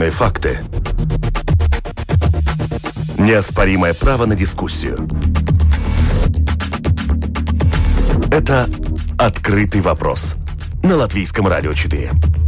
Объективные факты. Неоспоримое право на дискуссию. Это «Открытый вопрос» на Латвийском радио 4.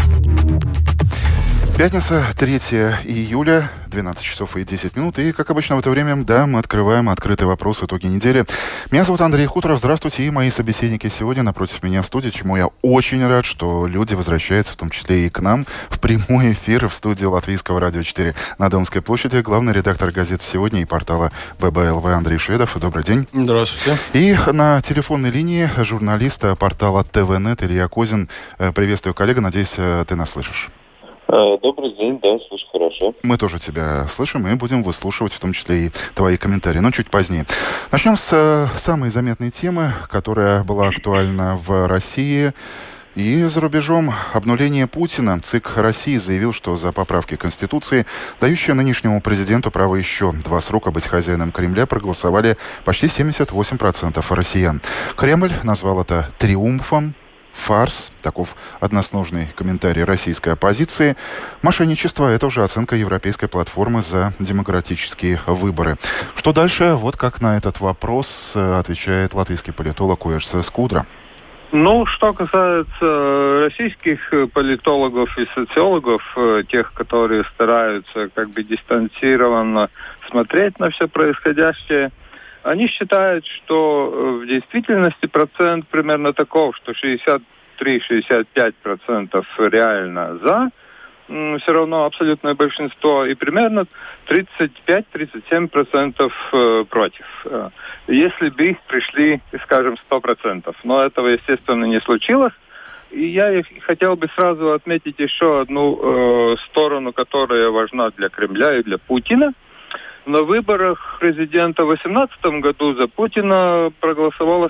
Пятница, 3 июля, 12 часов и 10 минут. И, как обычно, в это время, мы открываем «Открытый вопрос. Итоги недели». Меня зовут Андрей Хуторов. Здравствуйте. И мои собеседники сегодня напротив меня в студии, чему я очень рад, что люди возвращаются, в том числе и к нам, в прямой эфир в студии Латвийского радио 4 на Домской площади. Главный редактор газеты «Сегодня» и портала ББЛВ Андрей Шведов. Добрый день. Здравствуйте. И на телефонной линии журналист портала ТВНет Илья Козин. Приветствую, коллега. Надеюсь, ты нас слышишь. Добрый день, да, слышу хорошо. Мы тоже тебя слышим и будем выслушивать в том числе и твои комментарии, но чуть позднее. Начнем с самой заметной темы, которая была актуальна в России и за рубежом. Обнуление Путина. ЦИК России заявил, что за поправки Конституции, дающие нынешнему президенту право еще 2 срока быть хозяином Кремля, проголосовали почти 78% россиян. Кремль назвал это триумфом. Фарс, таков односложный комментарий российской оппозиции. Мошенничество – это уже оценка Европейской платформы за демократические выборы. Что дальше? Вот как на этот вопрос отвечает латвийский политолог Уэжс Скудра. Что касается российских политологов и социологов, тех, которые стараются дистанцированно смотреть на все происходящее, они считают, что в действительности процент примерно таков, что 63-65% реально за, все равно абсолютное большинство, и примерно 35-37% против. Если бы их пришли, скажем, 100%. Но этого, естественно, не случилось. И я хотел бы сразу отметить еще одну сторону, которая важна для Кремля и для Путина. На выборах президента в 2018 году за Путина проголосовало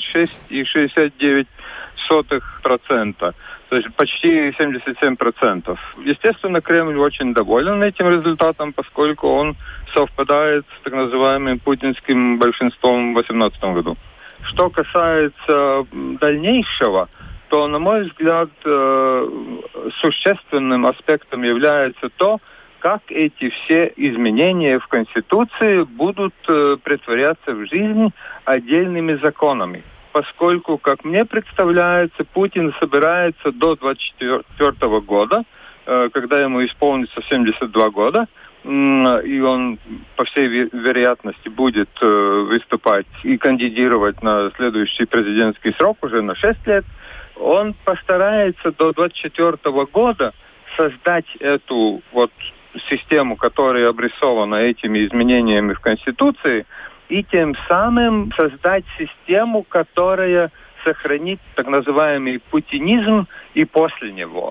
76,69%, то есть почти 77%. Естественно, Кремль очень доволен этим результатом, поскольку он совпадает с так называемым путинским большинством в 2018 году. Что касается дальнейшего, то, на мой взгляд, существенным аспектом является то, как эти все изменения в Конституции будут претворяться в жизнь отдельными законами. Поскольку, как мне представляется, Путин собирается до 2024 года, когда ему исполнится 72 года, и он, по всей вероятности, будет выступать и кандидировать на следующий президентский срок уже на 6 лет, он постарается до 2024 года создать эту систему, которая обрисована этими изменениями в Конституции, и тем самым создать систему, которая сохранит так называемый путинизм и после него.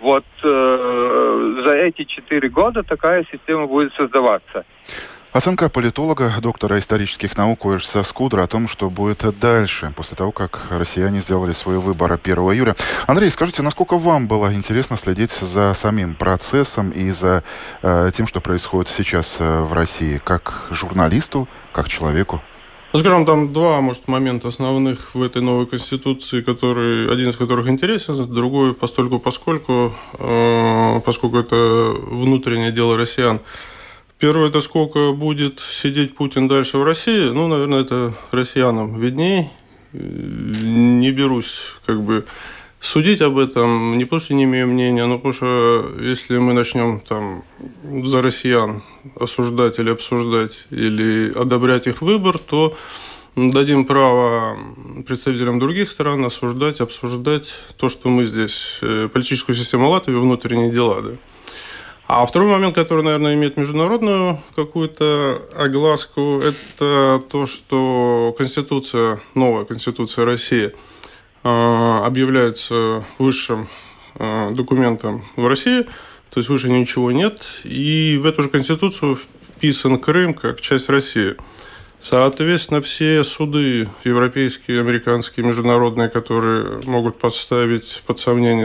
За эти 4 года такая система будет создаваться. Оценка политолога, доктора исторических наук Уэжса Скудра о том, что будет дальше, после того, как россияне сделали свой выбор 1 июля. Андрей, скажите, насколько вам было интересно следить за самим процессом и за тем, что происходит сейчас в России, как журналисту, как человеку? Скажем, там 2, момента основных в этой новой Конституции, один из которых интересен, другой поскольку это внутреннее дело россиян. Первое, это сколько будет сидеть Путин дальше в России. Наверное, это россиянам видней. Не берусь судить об этом, не потому что не имею мнения, но потому что если мы начнем за россиян осуждать или обсуждать, или одобрять их выбор, то дадим право представителям других стран осуждать, обсуждать то, что мы здесь, политическую систему Латвии, внутренние дела, да. А второй момент, который, наверное, имеет международную какую-то огласку, это то, что новая Конституция России объявляется высшим документом в России, то есть выше ничего нет, и в эту же Конституцию вписан Крым как часть России. Соответственно, все суды европейские, американские, международные, которые могут подставить под сомнение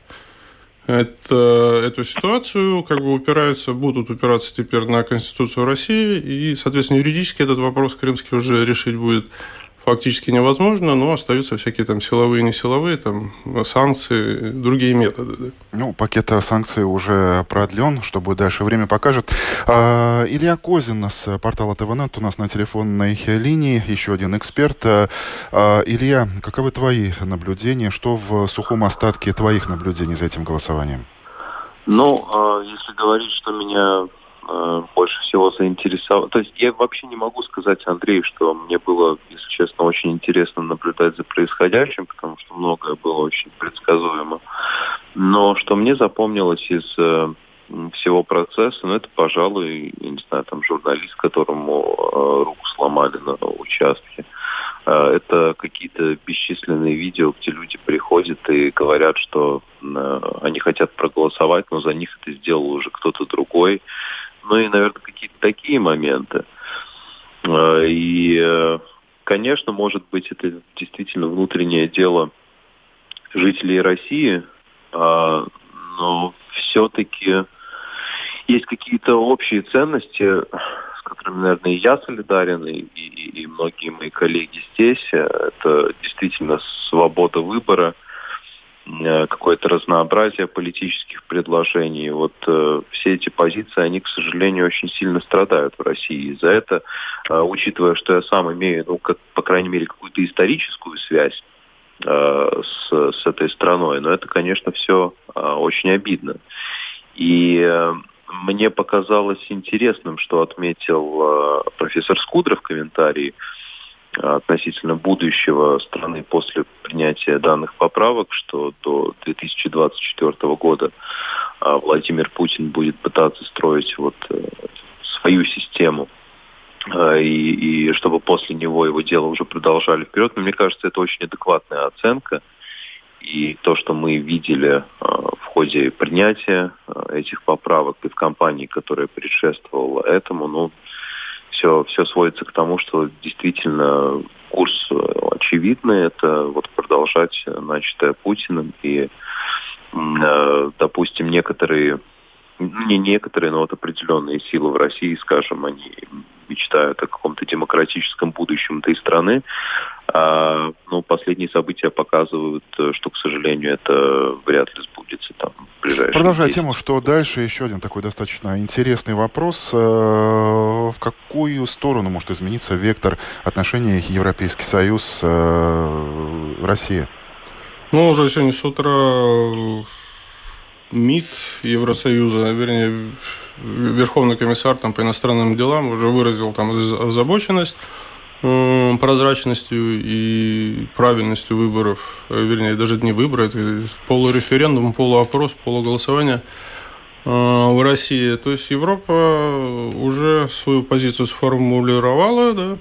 эту ситуацию, будут упираться теперь на Конституцию России, и, соответственно, юридически этот вопрос крымский уже решить будет фактически невозможно, но остаются всякие там силовые, несиловые, там санкции, другие методы. Да. Ну, пакет санкций уже продлен, что будет дальше, время покажет. Илья Козин с портала ТВ.нет у нас на телефонной линии, еще один эксперт. Илья, каковы твои наблюдения? Что в сухом остатке твоих наблюдений за этим голосованием? Ну, если говорить, что меня больше всего заинтересовало... То есть я вообще не могу сказать, Андрей, что мне было, если честно, очень интересно наблюдать за происходящим, потому что многое было очень предсказуемо. Но что мне запомнилось из всего процесса, это, пожалуй, я не знаю, там журналист, которому руку сломали на участке. Это какие-то бесчисленные видео, где люди приходят и говорят, что они хотят проголосовать, но за них это сделал уже кто-то другой. Ну и, наверное, какие-то такие моменты. И, конечно, может быть, это действительно внутреннее дело жителей России, но все-таки есть какие-то общие ценности, с которыми, наверное, и я солидарен, и многие мои коллеги здесь. Это действительно свобода выбора, какое-то разнообразие политических предложений. Вот все эти позиции, они, к сожалению, очень сильно страдают в России. И за это, учитывая, что я сам имею, по крайней мере, какую-то историческую связь с этой страной, но это, конечно, все очень обидно. И мне показалось интересным, что отметил профессор Скудра в комментарии относительно будущего страны после принятия данных поправок, что до 2024 года Владимир Путин будет пытаться строить свою систему, и чтобы после него его дело уже продолжали вперед. Но мне кажется, это очень адекватная оценка. И то, что мы видели в ходе принятия этих поправок и в кампании, которая предшествовала этому, все сводится к тому, что действительно курс очевидный. Это продолжать начатое Путиным. И, допустим, но определенные силы в России, скажем, они мечтают о каком-то демократическом будущем этой страны. Но последние события показывают, что, к сожалению, это вряд ли сбудется там в ближайшие Продолжая 10. тему, что дальше, еще один такой достаточно интересный вопрос. В какую сторону может измениться вектор отношений Европейский Союз Россия? Уже сегодня с утра МИД Евросоюза, вернее, Верховный комиссар по иностранным делам уже выразил озабоченность прозрачностью и правильностью выборов, вернее, даже не выборы, это полуреферендум, полуопрос, полуголосование в России. То есть Европа уже свою позицию сформулировала, да,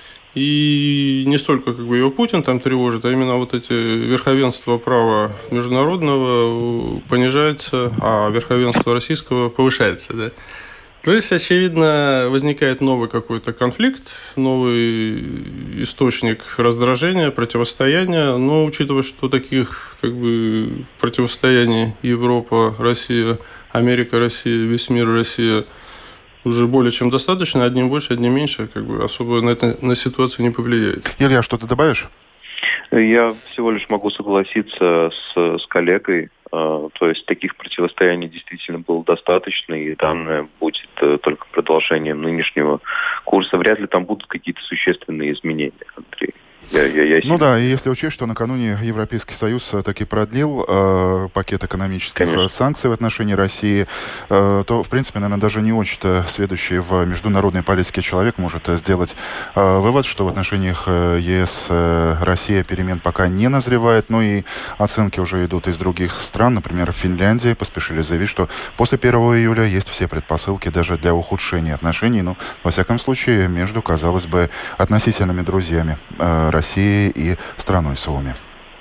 и не столько ее Путин тревожит, а именно эти верховенство права международного понижается, а верховенство российского повышается, да. То есть, очевидно, возникает новый какой-то конфликт, новый источник раздражения, противостояния. Но учитывая, что таких противостояний Европа, Россия, Америка, Россия, весь мир, Россия уже более чем достаточно, одним больше, одним меньше, особо на ситуацию не повлияет. Илья, что ты добавишь? Я всего лишь могу согласиться с коллегой. То есть таких противостояний действительно было достаточно, и данное будет только продолжением нынешнего курса. Вряд ли там будут какие-то существенные изменения, Андрей. И если учесть, что накануне Европейский Союз таки продлил пакет экономических санкций в отношении России, то, в принципе, наверное, даже не очень-то сведущий в международной политике человек может сделать вывод, что в отношениях ЕС Россия перемен пока не назревает, и оценки уже идут из других стран. Например, в Финляндии поспешили заявить, что после 1 июля есть все предпосылки даже для ухудшения отношений, во всяком случае, между, казалось бы, относительными друзьями России и страной Суоми.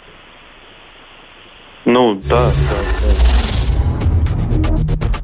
Да.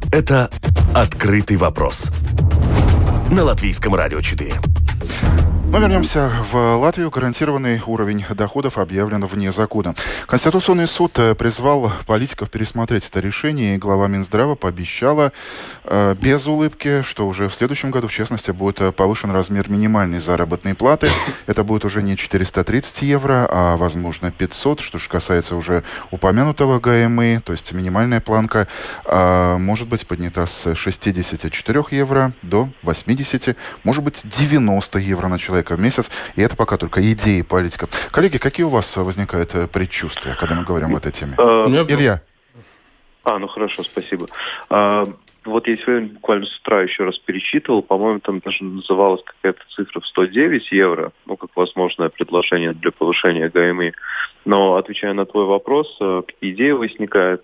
Это «Открытый вопрос» на Латвийском радио 4. Но вернемся в Латвию. Гарантированный уровень доходов объявлен вне закона. Конституционный суд призвал политиков пересмотреть это решение, и глава Минздрава пообещала без улыбки, что уже в следующем году, в частности, будет повышен размер минимальной заработной платы. Это будет уже не 430 евро, а, возможно, 500, что же касается уже упомянутого ГМИ, то есть минимальная планка может быть поднята с 64 евро до 80, может быть, 90 евро на человека в месяц. И это пока только идеи политиков. Коллеги, какие у вас возникают предчувствия, когда мы говорим об этой теме? Илья. Хорошо, спасибо. Вот я сегодня буквально с утра еще раз пересчитывал, по-моему, там даже называлась какая-то цифра в 109 евро, как возможное предложение для повышения ГМИ. Но, отвечая на твой вопрос, какие идеи возникают,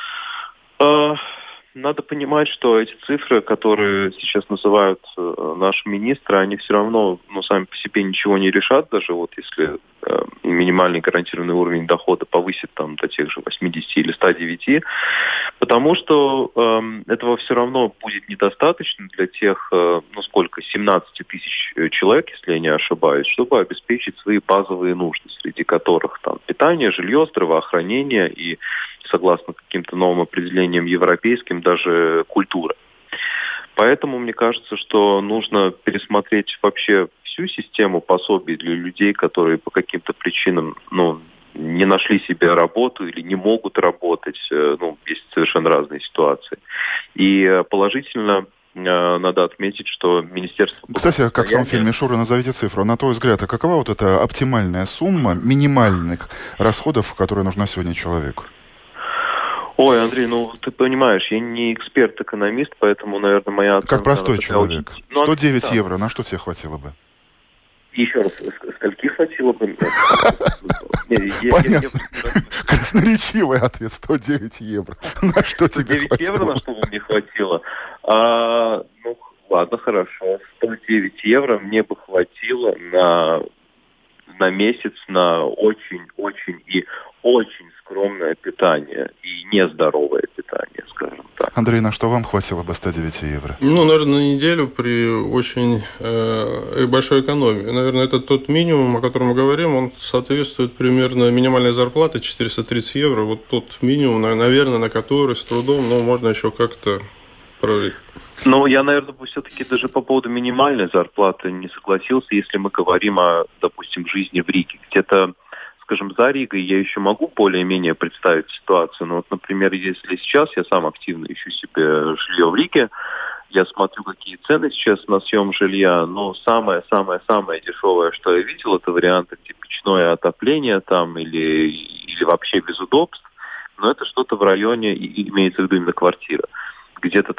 надо понимать, что эти цифры, которые сейчас называют наши министры, они все равно сами по себе ничего не решат, даже вот если минимальный гарантированный уровень дохода повысит до тех же 80 или 109, потому что этого все равно будет недостаточно для тех, 17 тысяч человек, если я не ошибаюсь, чтобы обеспечить свои базовые нужды, среди которых питание, жилье, здравоохранение и, согласно каким-то новым определениям европейским, даже культура. Поэтому мне кажется, что нужно пересмотреть вообще всю систему пособий для людей, которые по каким-то причинам не нашли себе работу или не могут работать. Есть совершенно разные ситуации. И положительно надо отметить, что Министерство... Кстати, как в том фильме «Шура, назовите цифру». На твой взгляд, какова вот эта оптимальная сумма минимальных расходов, которая нужна сегодня человеку? Ой, Андрей, ты понимаешь, я не эксперт-экономист, поэтому, наверное, моя оценка... Как простой человек. 109 евро, на что тебе хватило бы? Еще раз, скольки хватило бы? Понятно. Красноречивый ответ, 109 евро. На что тебе хватило? 109 евро, на что бы мне хватило? Ладно, хорошо. 109 евро мне бы хватило на месяц на очень-очень и очень скромное питание и нездоровое питание, скажем так. Андрей, на что вам хватило бы 109 евро? Наверное, на неделю при очень большой экономии. Наверное, это тот минимум, о котором мы говорим, он соответствует примерно минимальной зарплате 430 евро. Вот тот минимум, наверное, на который с трудом, можно еще как-то прожить. Я, наверное, все-таки даже по поводу минимальной зарплаты не согласился, если мы говорим о, допустим, жизни в Риге. Где-то, скажем, за Ригой я еще могу более-менее представить ситуацию. Но например, если сейчас я сам активно ищу себе жилье в Риге, я смотрю, какие цены сейчас на съем жилья, самое-самое-самое дешевое, что я видел, это варианты, где печное отопление или вообще без удобств. Но это что-то в районе, имеется в виду именно квартира, где-то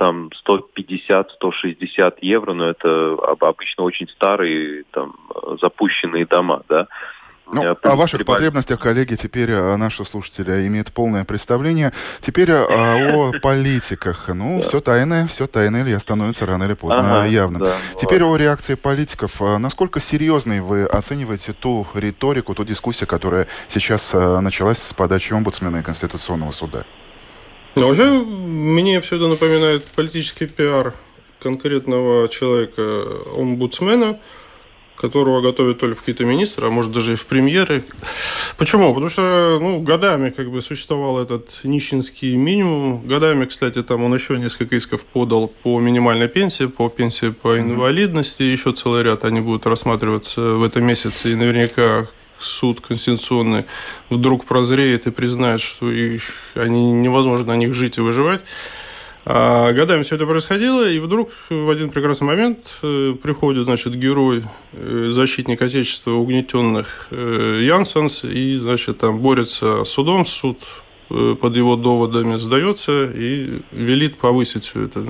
150-160 евро, но это обычно очень старые запущенные дома, да. О ваших потребностях, коллеги, теперь наши слушатели имеют полное представление. Теперь о политиках. Все тайное, Илья, становится рано или поздно явным. Да, теперь о реакции политиков. Насколько серьезной вы оцениваете ту риторику, ту дискуссию, которая сейчас началась с подачи омбудсмена и Конституционного суда? Вообще, мне все это напоминает политический пиар конкретного человека, омбудсмена, которого готовят то ли в какие-то министры, а может даже и в премьеры. Почему? Потому что годами существовал этот нищенский минимум. Годами, кстати, он еще несколько исков подал по минимальной пенсии, по пенсии по инвалидности. Еще целый ряд они будут рассматриваться в этом месяце. И наверняка суд конституционный вдруг прозреет и признает, что невозможно на них жить и выживать. А годами все это происходило, и вдруг в один прекрасный момент приходит, герой, защитник Отечества угнетенных Янсенс, и, борется с судом, суд под его доводами сдается и велит повысить все это,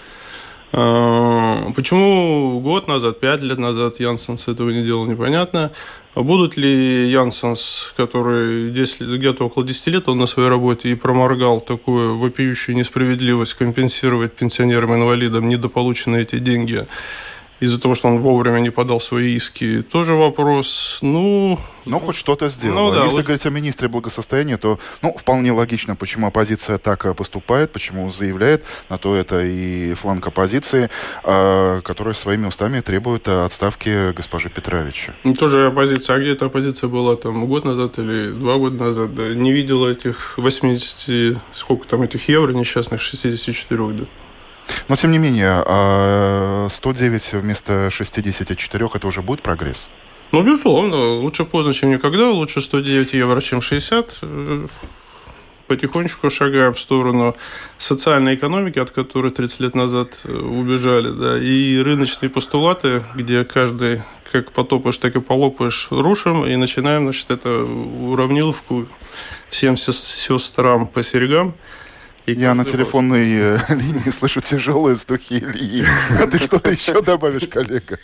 Почему год назад, 5 лет назад Янсенс этого не делал, непонятно. Будут ли Янсенс, который где-то около 10 лет он на своей работе и проморгал такую вопиющую несправедливость, компенсировать пенсионерам-инвалидам недополученные эти деньги, из-за того, что он вовремя не подал свои иски, тоже вопрос. Но хоть что-то сделал. Да, если говорить о министре благосостояния, то вполне логично, почему оппозиция так поступает, почему заявляет, на то это и фланг оппозиции, которая своими устами требует отставки госпожи Петровича. Тоже оппозиция. А где эта оппозиция была там год назад или 2 года назад? Да? Не видела этих 80, сколько там этих евро несчастных, 64, да. Но, тем не менее, 109 вместо 64 это уже будет прогресс? Безусловно. Лучше поздно, чем никогда. Лучше 109 евро, чем 60. Потихонечку шагаем в сторону социальной экономики, от которой 30 лет назад убежали. Да, и рыночные постулаты, где каждый как потопаешь, так и полопаешь, рушим. И начинаем, значит, эту уравниловку всем сестрам по серьгам. Я на телефонной линии слышу тяжелые стуки Ильи. А ты что-то еще добавишь, коллега?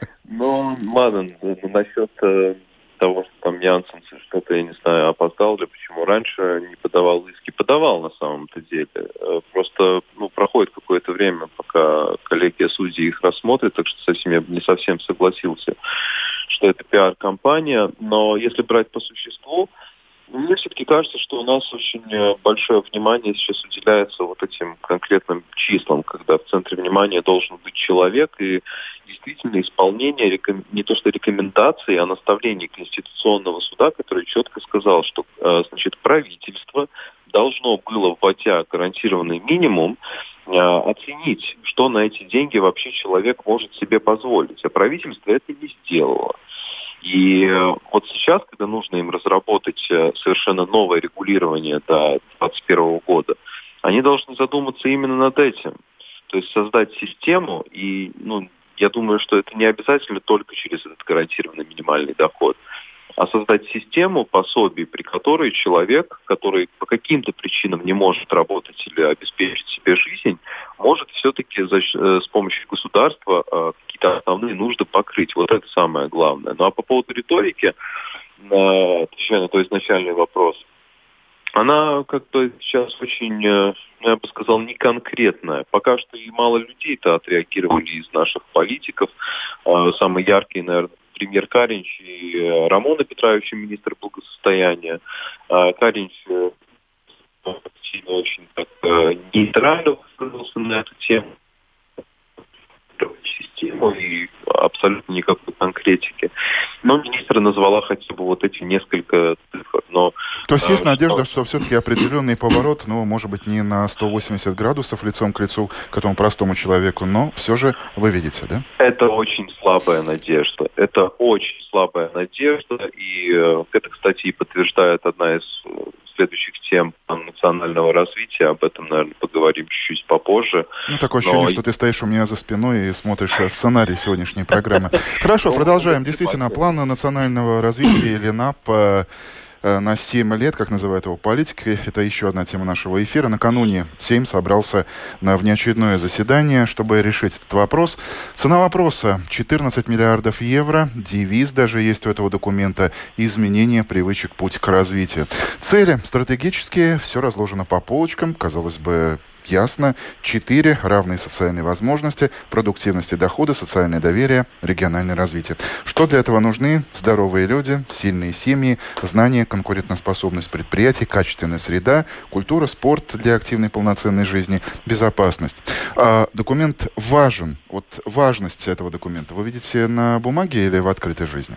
Ладно, насчет того, что там Янсен что-то, я не знаю, опоздал или почему раньше не подавал иски. Подавал на самом-то деле. Просто, проходит какое-то время, пока коллегия судей их рассмотрит, так что с этим я не совсем согласился, что это пиар-компания. Но если брать по существу, мне все-таки кажется, что у нас очень большое внимание сейчас уделяется вот этим конкретным числам, когда в центре внимания должен быть человек, и действительно исполнение не то что рекомендаций, а наставлений Конституционного суда, который четко сказал, что правительство должно было, вводя гарантированный минимум, оценить, что на эти деньги вообще человек может себе позволить. А правительство это не сделало. И вот сейчас, когда нужно им разработать совершенно новое регулирование до 2021 года, они должны задуматься именно над этим. То есть создать систему, и я думаю, что это не обязательно только через этот гарантированный минимальный доход, а создать систему пособий, при которой человек, который по каким-то причинам не может работать или обеспечить себе жизнь, может все-таки с помощью государства какие-то основные нужды покрыть. Вот это самое главное. Ну а по поводу риторики, отвечая на твой изначальный вопрос, она как-то сейчас очень, я бы сказал, неконкретная. Пока что и мало людей-то отреагировали из наших политиков. Самый яркий, наверное, премьер Каринч и Рамона Петровича, министр благосостояния. Каринч очень так нейтрально высказался на эту тему, систему и абсолютно никакой конкретики. Но министр назвала хотя бы вот эти несколько цифр. Но, то есть есть надежда, что все-таки определенный поворот, может быть, не на 180 градусов лицом к лицу к этому простому человеку, но все же вы видите, да? Это очень слабая надежда. Это очень слабая надежда. И это, кстати, и подтверждает одна из следующих тем национального развития. Об этом, наверное, поговорим чуть-чуть попозже. Такое ощущение, что ты стоишь у меня за спиной и смотришь сценарий сегодняшней программы. Хорошо, продолжаем. Действительно, план национального развития или НАП на 7 лет, как называют его политики. Это еще одна тема нашего эфира. Накануне Сейм собрался на внеочередное заседание, чтобы решить этот вопрос. Цена вопроса 14 миллиардов евро. Девиз даже есть у этого документа: изменение привычек, путь к развитию. Цели стратегические, все разложено по полочкам. Казалось бы, ясно. 4 равные социальные возможности, продуктивность и доходы, социальное доверие, региональное развитие. Что для этого нужны? Здоровые люди, сильные семьи, знания, конкурентоспособность предприятий, качественная среда, культура, спорт для активной полноценной жизни, безопасность. Документ важен. Вот важность этого документа вы видите на бумаге или в открытой жизни?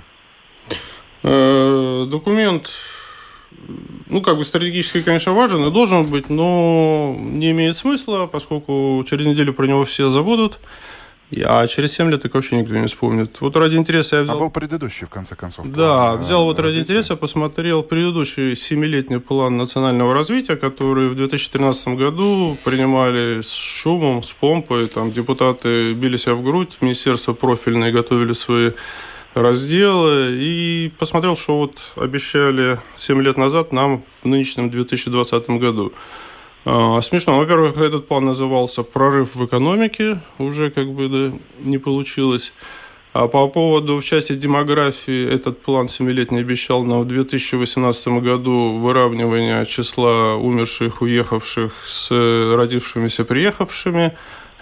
Документ стратегически, конечно, важен и должен быть, но не имеет смысла, поскольку через неделю про него все забудут, а через 7 лет так вообще никто не вспомнит. Вот ради интереса я взял... А был предыдущий, в конце концов. Да, взял ради интереса, посмотрел предыдущий 7-летний план национального развития, который в 2013 году принимали с шумом, с помпой, там депутаты били себя в грудь, министерства профильные готовили свои разделы, и посмотрел, что вот обещали 7 лет назад нам в нынешнем 2020 году. Смешно. Во-первых, этот план назывался «Прорыв в экономике», уже не получилось. А по поводу в части демографии, этот план 7-летний обещал нам в 2018 году выравнивание числа умерших, уехавших с родившимися, приехавшими.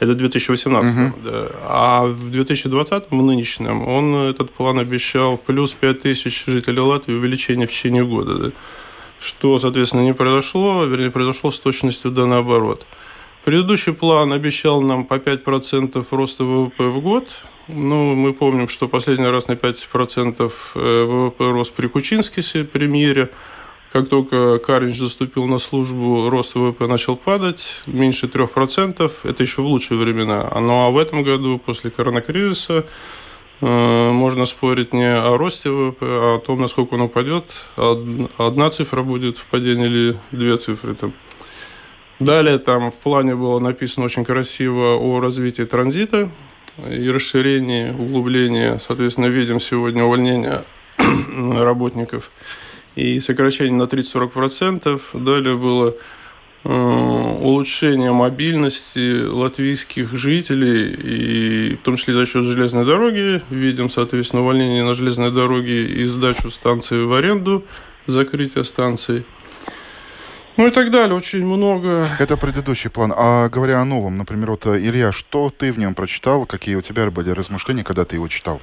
Это в 2018, да. А в 2020, в нынешнем, он этот план обещал плюс 5000 жителей Латвии увеличение в течение года, да. Что, соответственно, не произошло, вернее, произошло с точностью да наоборот. Предыдущий план обещал нам по 5% роста ВВП в год. Ну, мы помним, что последний раз на 5% ВВП рос при Кучинскисе, премьере. Как только Каринч заступил на службу, рост ВВП начал падать, меньше 3%. Это еще в лучшие времена. Ну, а в этом году, после коронакризиса, можно спорить не о росте ВВП, а о том, насколько он упадет. Одна цифра будет в падении или две цифры там. Далее там в плане было написано очень красиво о развитии транзита и расширении, углублении. Соответственно, видим сегодня увольнение работников и сокращение на 30-40%. Далее было улучшение мобильности латвийских жителей, и в том числе за счет железной дороги. Видим, соответственно, увольнение на железной дороге и сдачу станции в аренду, закрытие станций. Ну и так далее, очень много. Это предыдущий план. А говоря о новом, например, вот, Илья, что ты в нем прочитал? Какие у тебя были размышления, когда ты его читал?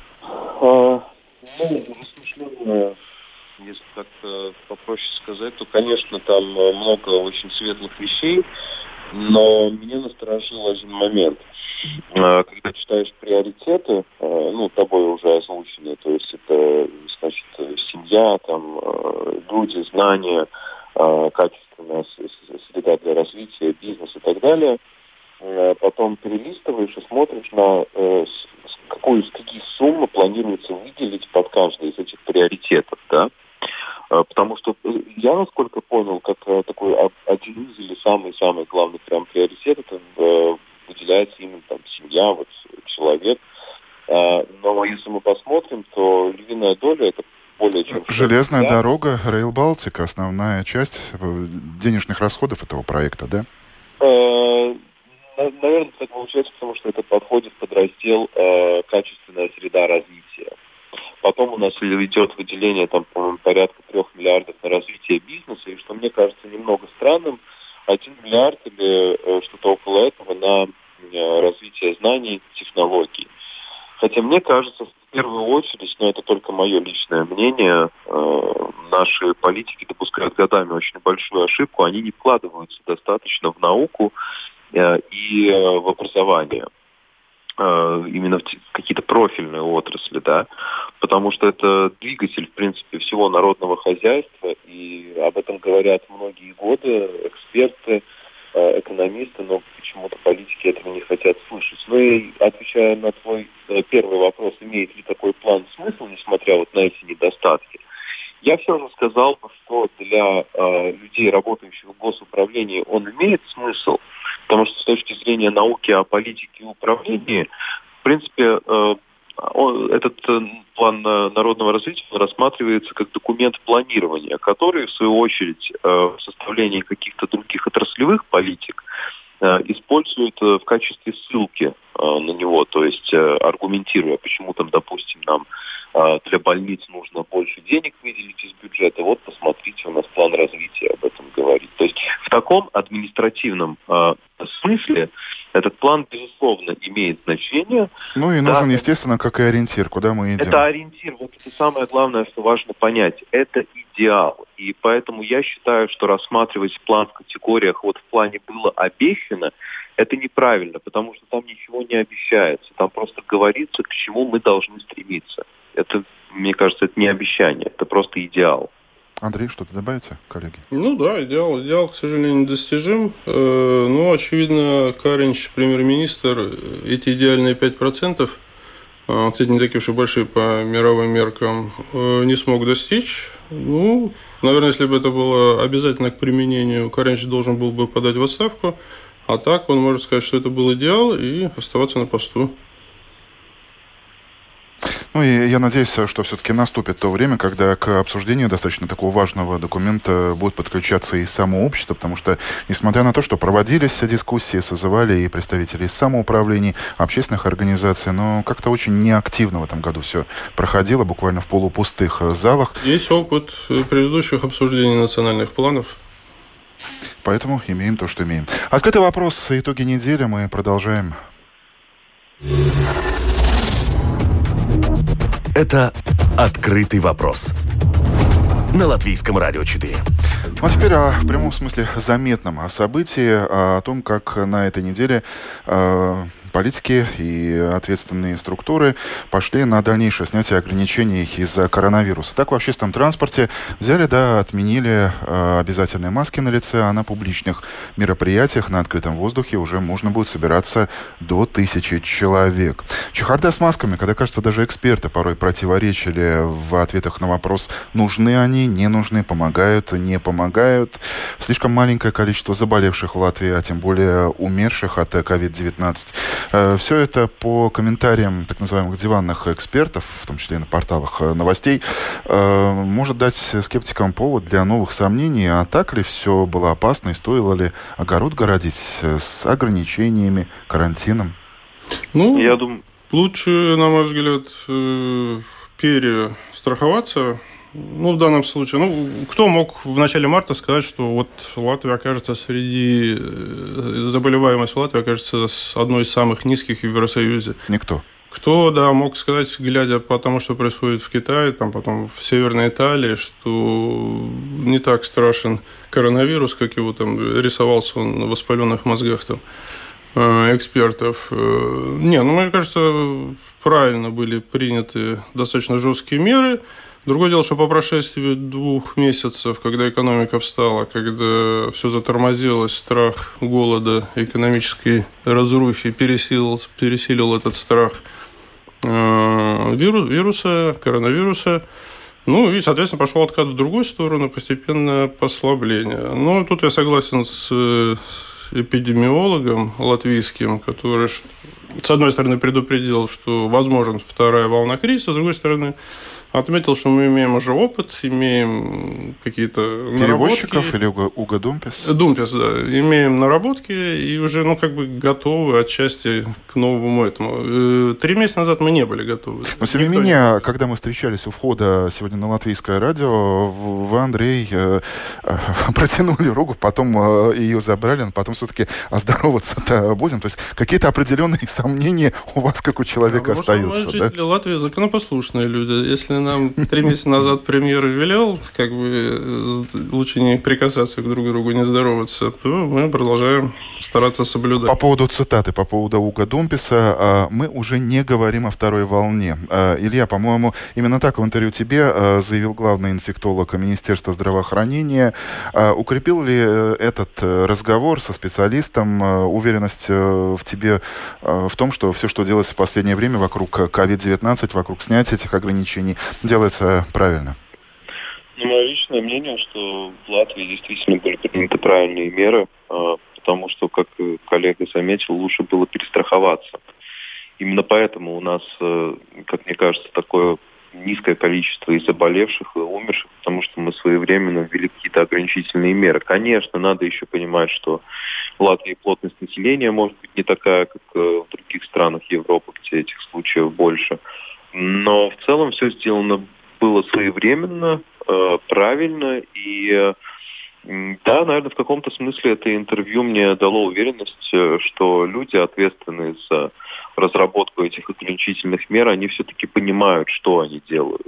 Размышления, если как-то попроще сказать, то, конечно, там много очень светлых вещей, но меня насторожил один момент. Когда читаешь приоритеты, тобой уже озвученные, то есть это, значит, семья, там, люди, знания, качественная среда для развития, бизнес и так далее. Потом перелистываешь и смотришь на какие суммы планируется выделить под каждый из этих приоритетов, да? Потому что я, насколько понял, как такой один из или самый главный прям приоритет, это выделяется именно там семья, вот человек. Но если мы посмотрим, то львиная доля это более чем... Железная дорога, Rail Baltica, основная часть денежных расходов этого проекта, да? Наверное, так получается, потому что это подходит под раздел «Качественная среда развития». Потом у нас идет выделение, там, по-моему, порядка 3 миллиардов на развитие бизнеса, и что мне кажется немного странным, 1 миллиард или что-то около этого на развитие знаний, технологий. Хотя мне кажется, в первую очередь, но это только мое личное мнение, наши политики допускают годами очень большую ошибку, они не вкладываются достаточно в науку и в образование, именно в какие-то профильные отрасли, да, потому что это двигатель, в принципе, всего народного хозяйства, и об этом говорят многие годы эксперты, экономисты, но почему-то политики этого не хотят слышать. Ну и отвечая на твой первый вопрос, имеет ли такой план смысл, несмотря вот на эти недостатки, я все же сказал бы, что для людей, работающих в госуправлении, он имеет смысл, потому что с точки зрения науки о политике и управлении, в принципе, этот план народного развития рассматривается как документ планирования, который, в свою очередь, в составлении каких-то других отраслевых политик используют в качестве ссылки на него, то есть аргументируя, почему там, допустим, нам для больниц нужно больше денег выделить из бюджета, вот посмотрите, у нас план развития об этом говорит. То есть в таком административном смысле этот план, безусловно, имеет значение. Ну и нужен, естественно, как и ориентир, куда мы идем. Это ориентир, вот это самое главное, что важно понять. Это идеал. И поэтому я считаю, что рассматривать план в категориях вот в плане было обещано, это неправильно, потому что там ничего не обещается. Там просто говорится, к чему мы должны стремиться. Это, мне кажется, это не обещание, это просто идеал. Андрей, что-то добавите, коллеги? Ну да, идеал, к сожалению, недостижим. Ну, очевидно, Каринч, премьер-министр, эти идеальные 5%, кстати, не такие уж и большие по мировым меркам, не смог достичь. Ну, наверное, если бы это было обязательно к применению, Каринч должен был бы подать в отставку. А так он может сказать, что это был идеал, и оставаться на посту. Ну и я надеюсь, что все-таки наступит то время, когда к обсуждению достаточно такого важного документа будет подключаться и само общество, потому что, несмотря на то, что проводились дискуссии, созывали и представители из самоуправлений, общественных организаций, но как-то очень неактивно в этом году все проходило, буквально в полупустых залах. Есть опыт предыдущих обсуждений национальных планов. Поэтому имеем то, что имеем. Открытый вопрос. Итоги недели мы продолжаем Это «Открытый вопрос» на Латвийском радио 4. Ну а теперь в прямом смысле заметном событии, о том, как на этой неделе политики и ответственные структуры пошли на дальнейшее снятие ограничений из-за коронавируса. Так, в общественном транспорте взяли, отменили обязательные маски на лице, а на публичных мероприятиях на открытом воздухе уже можно будет собираться до 1000 человек. Чехарда с масками, когда, кажется, даже эксперты порой противоречили в ответах на вопрос, нужны они, не нужны, помогают, не помогают. Слишком маленькое количество заболевших в Латвии, а тем более умерших от COVID-19. Все это по комментариям так называемых диванных экспертов, в том числе и на порталах новостей, может дать скептикам повод для новых сомнений. А так ли все было опасно и стоило ли огород городить с ограничениями, карантином? Я думаю, лучше, на мой взгляд, перестраховаться. В данном случае, кто мог в начале марта сказать, что вот Латвия окажется заболеваемость в Латвии окажется одной из самых низких в Евросоюзе? Никто. Кто, мог сказать, глядя по тому, что происходит в Китае, потом в Северной Италии, что не так страшен коронавирус, как его рисовался он на воспаленных мозгах экспертов. Мне кажется, правильно были приняты достаточно жесткие меры. Другое дело, что по прошествии 2 месяцев, когда экономика встала, когда все затормозилось, страх голода, экономической разрухи пересилил этот страх коронавируса. И, соответственно, пошел откат в другую сторону, постепенное послабление. Тут я согласен с эпидемиологом латвийским, который, с одной стороны, предупредил, что возможен вторая волна кризиса, с другой стороны, отметил, что мы имеем уже опыт, имеем какие-то перевозчиков наработки. Или Уга Думпес? Думпес, да. Имеем наработки и уже, готовы отчасти к новому этому. 3 месяца назад мы не были готовы. Но, тем не менее, когда мы встречались у входа сегодня на Латвийское радио, вы, Андрей, протянули руку, потом ее забрали, но потом все-таки оздороваться-то будем. То есть какие-то определенные сомнения у вас, как у человека, остаются. Мы, жители Латвии, законопослушные люди. Если нам 3 месяца назад премьер велел, лучше не прикасаться друг к другу, не здороваться, то мы продолжаем стараться соблюдать. По поводу цитаты, по поводу Уга Думпеса, мы уже не говорим о второй волне. Илья, по-моему, именно так в интервью тебе заявил главный инфектолог Министерства здравоохранения. Укрепил ли этот разговор со специалистом уверенность в тебе в том, что все, что делается в последнее время вокруг COVID-19, вокруг снятия этих ограничений, делается правильно? Мое личное мнение, что в Латвии действительно были приняты правильные меры, потому что, как коллега заметил, лучше было перестраховаться. Именно поэтому у нас, как мне кажется, такое низкое количество и заболевших, и умерших, потому что мы своевременно ввели какие-то ограничительные меры. Конечно, надо еще понимать, что в Латвии плотность населения может быть не такая, как в других странах Европы, где этих случаев больше. Но в целом все сделано было своевременно, правильно. И да, наверное, в каком-то смысле это интервью мне дало уверенность, что люди, ответственные за разработку этих ограничительных мер, они все-таки понимают, что они делают.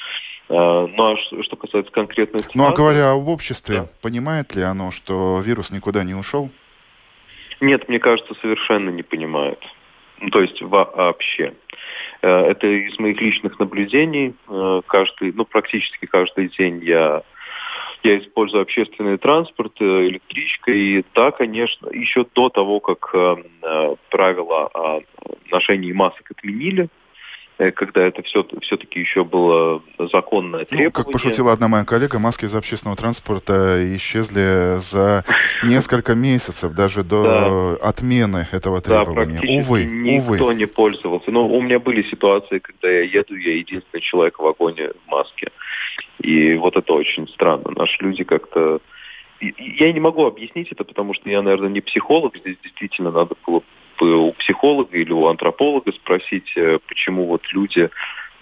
Что касается конкретной ситуации... говоря об обществе, да. Понимает ли оно, что вирус никуда не ушел? Нет, мне кажется, совершенно не понимает. То есть вообще. Это из моих личных наблюдений. Практически каждый день я использую общественный транспорт, электричка. И да, конечно, еще до того, как правила о ношении масок отменили, когда это все-таки еще было законное требование. Как пошутила одна моя коллега, маски из общественного транспорта исчезли за несколько месяцев, даже до отмены этого требования. Да, практически никто не пользовался. Но у меня были ситуации, когда я еду, я единственный человек в вагоне в маске. И вот это очень странно. Наши люди как-то... Я не могу объяснить это, потому что я, наверное, не психолог. Здесь действительно надо было у психолога или у антрополога спросить, почему люди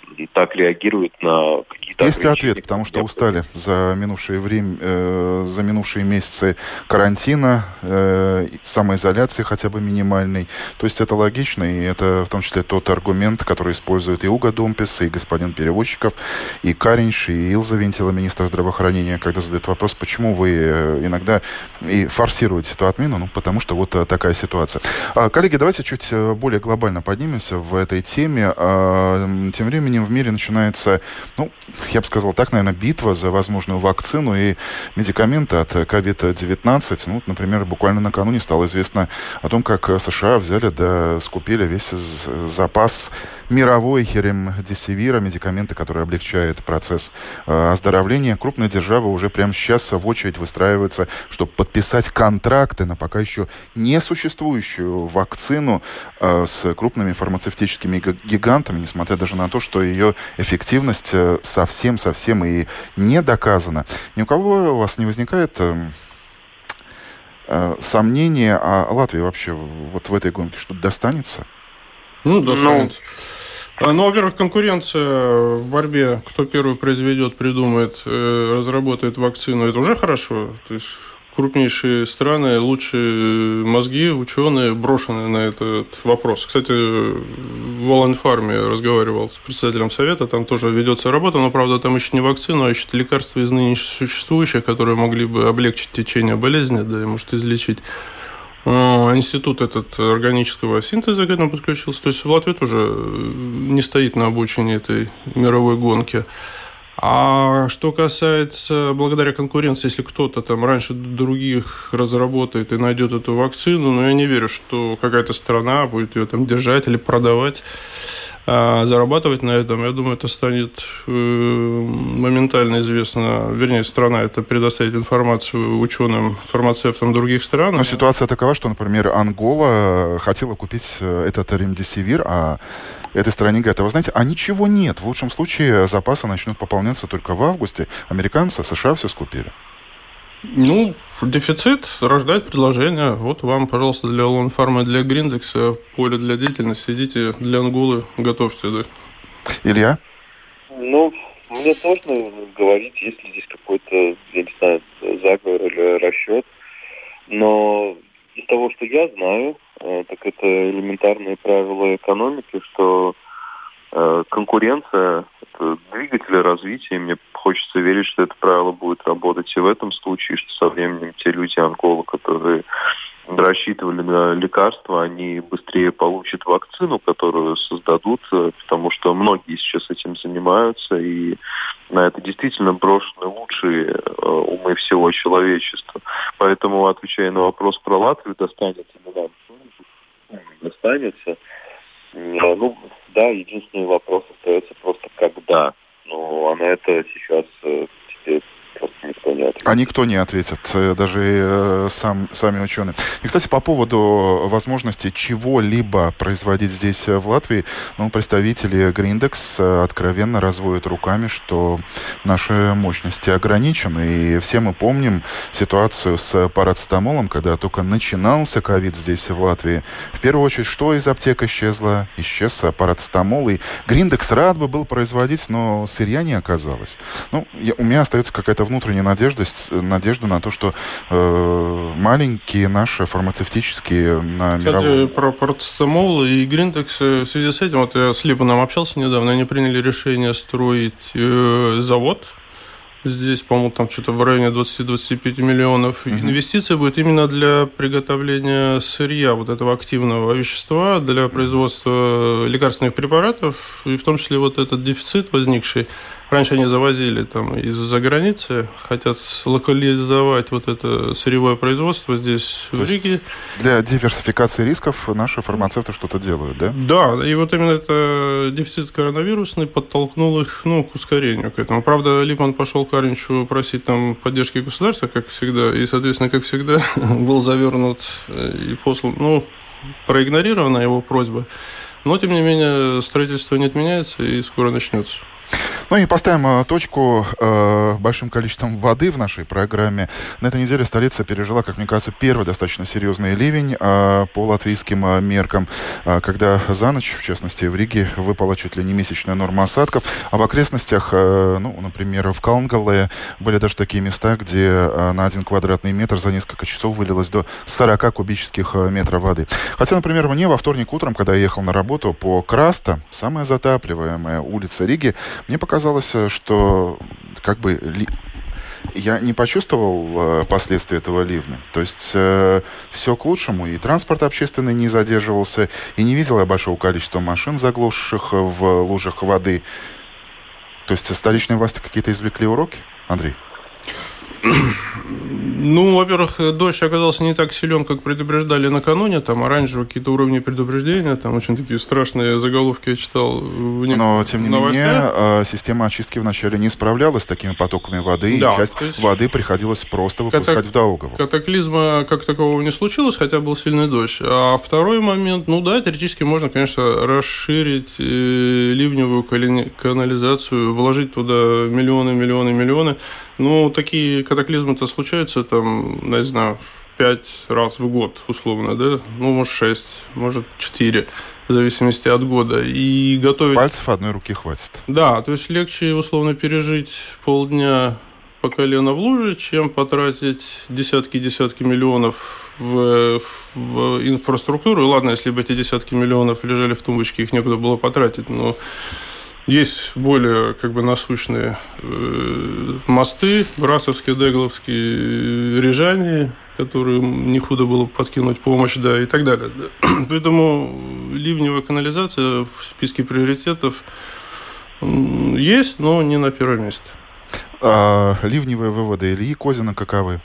так реагирует на какие-то Есть ответ, потому что устали за минувшие месяцы карантина, самоизоляции хотя бы минимальной. То есть это логично, и это в том числе тот аргумент, который использует и Уго Думпис, и господин Переводчиков, и Кариньш, и Илза Вентила, министр здравоохранения, когда задают вопрос, почему вы иногда и форсируете эту отмену, ну, потому что вот такая ситуация. Коллеги, давайте чуть более глобально поднимемся в этой теме. Тем временем в мире начинается, ну, я бы сказал так, наверное, битва за возможную вакцину и медикаменты от COVID-19. Ну, например, буквально накануне стало известно о том, как США взяли да скупили весь запас мировой ремдесивира, медикаменты, которые облегчают процесс оздоровления. Крупные державы уже прямо сейчас в очередь выстраиваются, чтобы подписать контракты на пока еще не существующую вакцину с крупными фармацевтическими гигантами, несмотря даже на то, что ее эффективность совсем и не доказана. Ни у кого у вас не возникает сомнения, а Латвии вообще вот в этой гонке что-то достанется? Ну, достанется. Ну, во-первых, конкуренция в борьбе, кто первый произведет, придумает, разработает вакцину, это уже хорошо. То есть крупнейшие страны, лучшие мозги, ученые брошены на этот вопрос. Кстати, в Воланфарме разговаривал с председателем совета, там тоже ведется работа, но, правда, там ищут не вакцину, а ищут лекарства из ныне существующих, которые могли бы облегчить течение болезни, да и, может, излечить. Институт этот органического синтеза к этому подключился. То есть в Латвии тоже не стоит на обочине этой мировой гонки. А что касается, благодаря конкуренции, если кто-то там раньше других разработает и найдет эту вакцину, но я не верю, что какая-то страна будет ее там держать или продавать, зарабатывать на этом. Я думаю, это станет моментально известно. Вернее, страна это предоставит информацию ученым, фармацевтам других стран. Но ситуация такова, что, например, Ангола хотела купить этот ремдесивир, а этой стране говорят, а вы знаете, а ничего нет. В лучшем случае запасы начнут пополняться только в августе. Американцы, США все скупили. Ну, дефицит рождает предложение. Вот вам, пожалуйста, для Воланфарма и для Гриндекса поле для деятельности. Идите для Анголы, готовьте, да. Илья? Ну, мне сложно говорить, есть ли здесь какой-то, я не знаю, заговор или расчет. Но из того, что я знаю, так это элементарные правила экономики, что конкуренция – это двигатель развития. Мне хочется верить, что это правило будет работать и в этом случае, что со временем те люди Анголы, которые рассчитывали на лекарства, они быстрее получат вакцину, которую создадут, потому что многие сейчас этим занимаются, и на это действительно брошены лучшие умы всего человечества. Поэтому, отвечая на вопрос про Латвию, достанется ли нам что-нибудь, достанется. Ну, да, единственный вопрос остается просто когда. Ну, а на это сейчас теперь просто никто не ответит. А никто не ответит, даже сами ученые. И, кстати, по поводу возможности чего-либо производить здесь, в Латвии, ну, представители Гриндекс откровенно разводят руками, что наши мощности ограничены. И все мы помним ситуацию с парацетамолом, когда только начинался ковид здесь, в Латвии. В первую очередь, что из аптек исчезло? Исчез парацетамол. И Гриндекс рад бы был производить, но сырья не оказалось. Ну, у меня остается какая-то внутренняя надежда на то, что маленькие наши фармацевтические на мировом... Кстати, про парацетамол и Гриндекс в связи с этим, вот я с Липаном общался недавно, они приняли решение строить завод. Здесь, по-моему, там что-то в районе 20-25 миллионов. Инвестиций будет именно для приготовления сырья, вот этого активного вещества, для производства лекарственных препаратов, и в том числе вот этот дефицит возникший. Раньше они завозили там из-за границы, хотят локализовать вот это сырьевое производство здесь, в Риге. Для диверсификации рисков наши фармацевты что-то делают, да? Да, и вот именно это дефицит коронавирусный подтолкнул их, к ускорению к этому. Правда, Липман пошел к Каринчу просить там поддержки государства, как всегда, и, соответственно, как всегда, был завернут и послан, проигнорирована его просьба. Но, тем не менее, строительство не отменяется и скоро начнется. Ну и поставим точку большим количеством воды в нашей программе. На этой неделе столица пережила, как мне кажется, первый достаточно серьезный ливень по латвийским меркам, когда за ночь, в частности, в Риге выпала чуть ли не месячная норма осадков, а в окрестностях, например, в Калнгале были даже такие места, где на 1 квадратный метр за несколько часов вылилось до 40 кубических метров воды. Хотя, например, мне во вторник утром, когда я ехал на работу по Краста, самая затапливаемая улица Риги, мне показалось, что как бы я не почувствовал последствия этого ливня. То есть все к лучшему. И транспорт общественный не задерживался, и не видел я большого количества машин, заглохших в лужах воды. То есть столичные власти какие-то извлекли уроки, Андрей? Ну, во-первых, дождь оказался не так силен, как предупреждали накануне. Там оранжевые какие-то уровни предупреждения. Там очень такие страшные заголовки я читал в некоторых Но, тем не менее, система очистки вначале не справлялась с такими потоками воды. Да, и часть воды приходилось просто выпускать в Даугаву. Катаклизма как такового не случилось, хотя был сильный дождь. А второй момент, теоретически можно, конечно, расширить ливневую канализацию, вложить туда миллионы. Ну, такие катаклизмы-то случаются, там, не знаю, 5 раз в год, условно, да? Ну, может, 6, может, 4, в зависимости от года. И готовить... Пальцев одной руки хватит. Да, то есть легче, условно, пережить полдня по колено в луже, чем потратить десятки миллионов в инфраструктуру. И ладно, если бы эти десятки миллионов лежали в тумбочке, их некуда было потратить, но... Есть более насущные мосты, Брасовские, Дегловские, Рижане, которым не худо было подкинуть помощь, да, и так далее. Поэтому ливневая канализация в списке приоритетов есть, но не на первом месте. Ливневые выводы Ильи Козина каковы?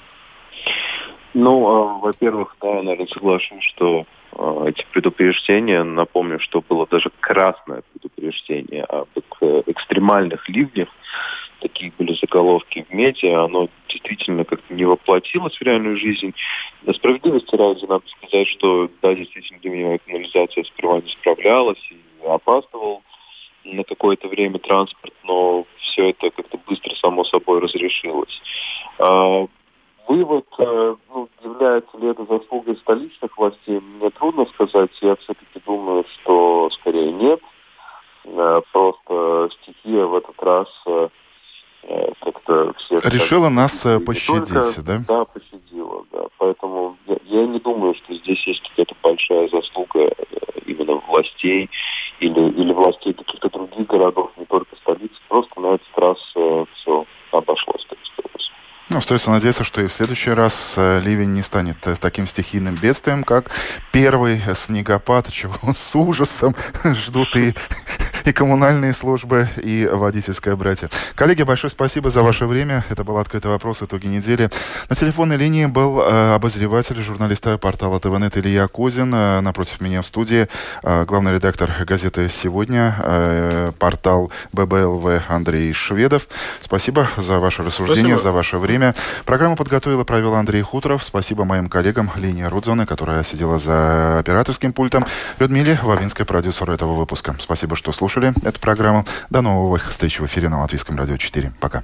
Во-первых, да, я, наверное, соглашусь, что эти предупреждения, напомню, что было даже красное предупреждение об экстремальных ливнях, такие были заголовки в медиа, оно действительно как-то не воплотилось в реальную жизнь. На справедливости ради надо сказать, что, да, действительно, ливневая канализация сперва не справлялась и опаздывал на какое-то время транспорт, но все это как-то быстро, само собой, разрешилось. Вывод, является ли это заслугой столичных властей, мне трудно сказать. Я все-таки думаю, что скорее нет. Просто стихия в этот раз как-то всех... Решила нас пощадить, да? Да, пощадила, да. Поэтому я не думаю, что здесь есть какая-то большая заслуга именно властей или властей каких-то других городов, не только столицы. Просто на этот раз все обошлось, так сказать. Остается надеяться, что и в следующий раз ливень не станет таким стихийным бедствием, как первый снегопад, чего с ужасом ждут и коммунальные службы, и водительское братья. Коллеги, большое спасибо за ваше время. Это был «Открытый вопрос. Итоги недели». На телефонной линии был обозреватель, журналиста портала ТВНет Илья Козин. Напротив меня в студии главный редактор газеты «Сегодня», портал ББЛВ Андрей Шведов. Спасибо за ваше рассуждение, за ваше время. Программу подготовил и провел Андрей Хуторов. Спасибо моим коллегам Лине Рудзоне, которая сидела за операторским пультом, Людмиле Вавинской, продюсеру этого выпуска. Спасибо, что слушали эту программу. До новых встреч в эфире на Латвийском радио 4. Пока.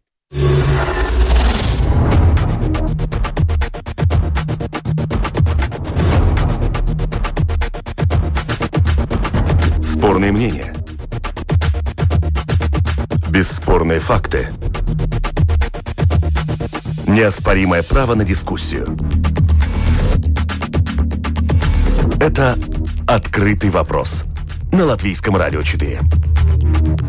Спорные мнения. Бесспорные факты. Неоспоримое право на дискуссию. Это «Открытый вопрос» на Латвийском радио 4.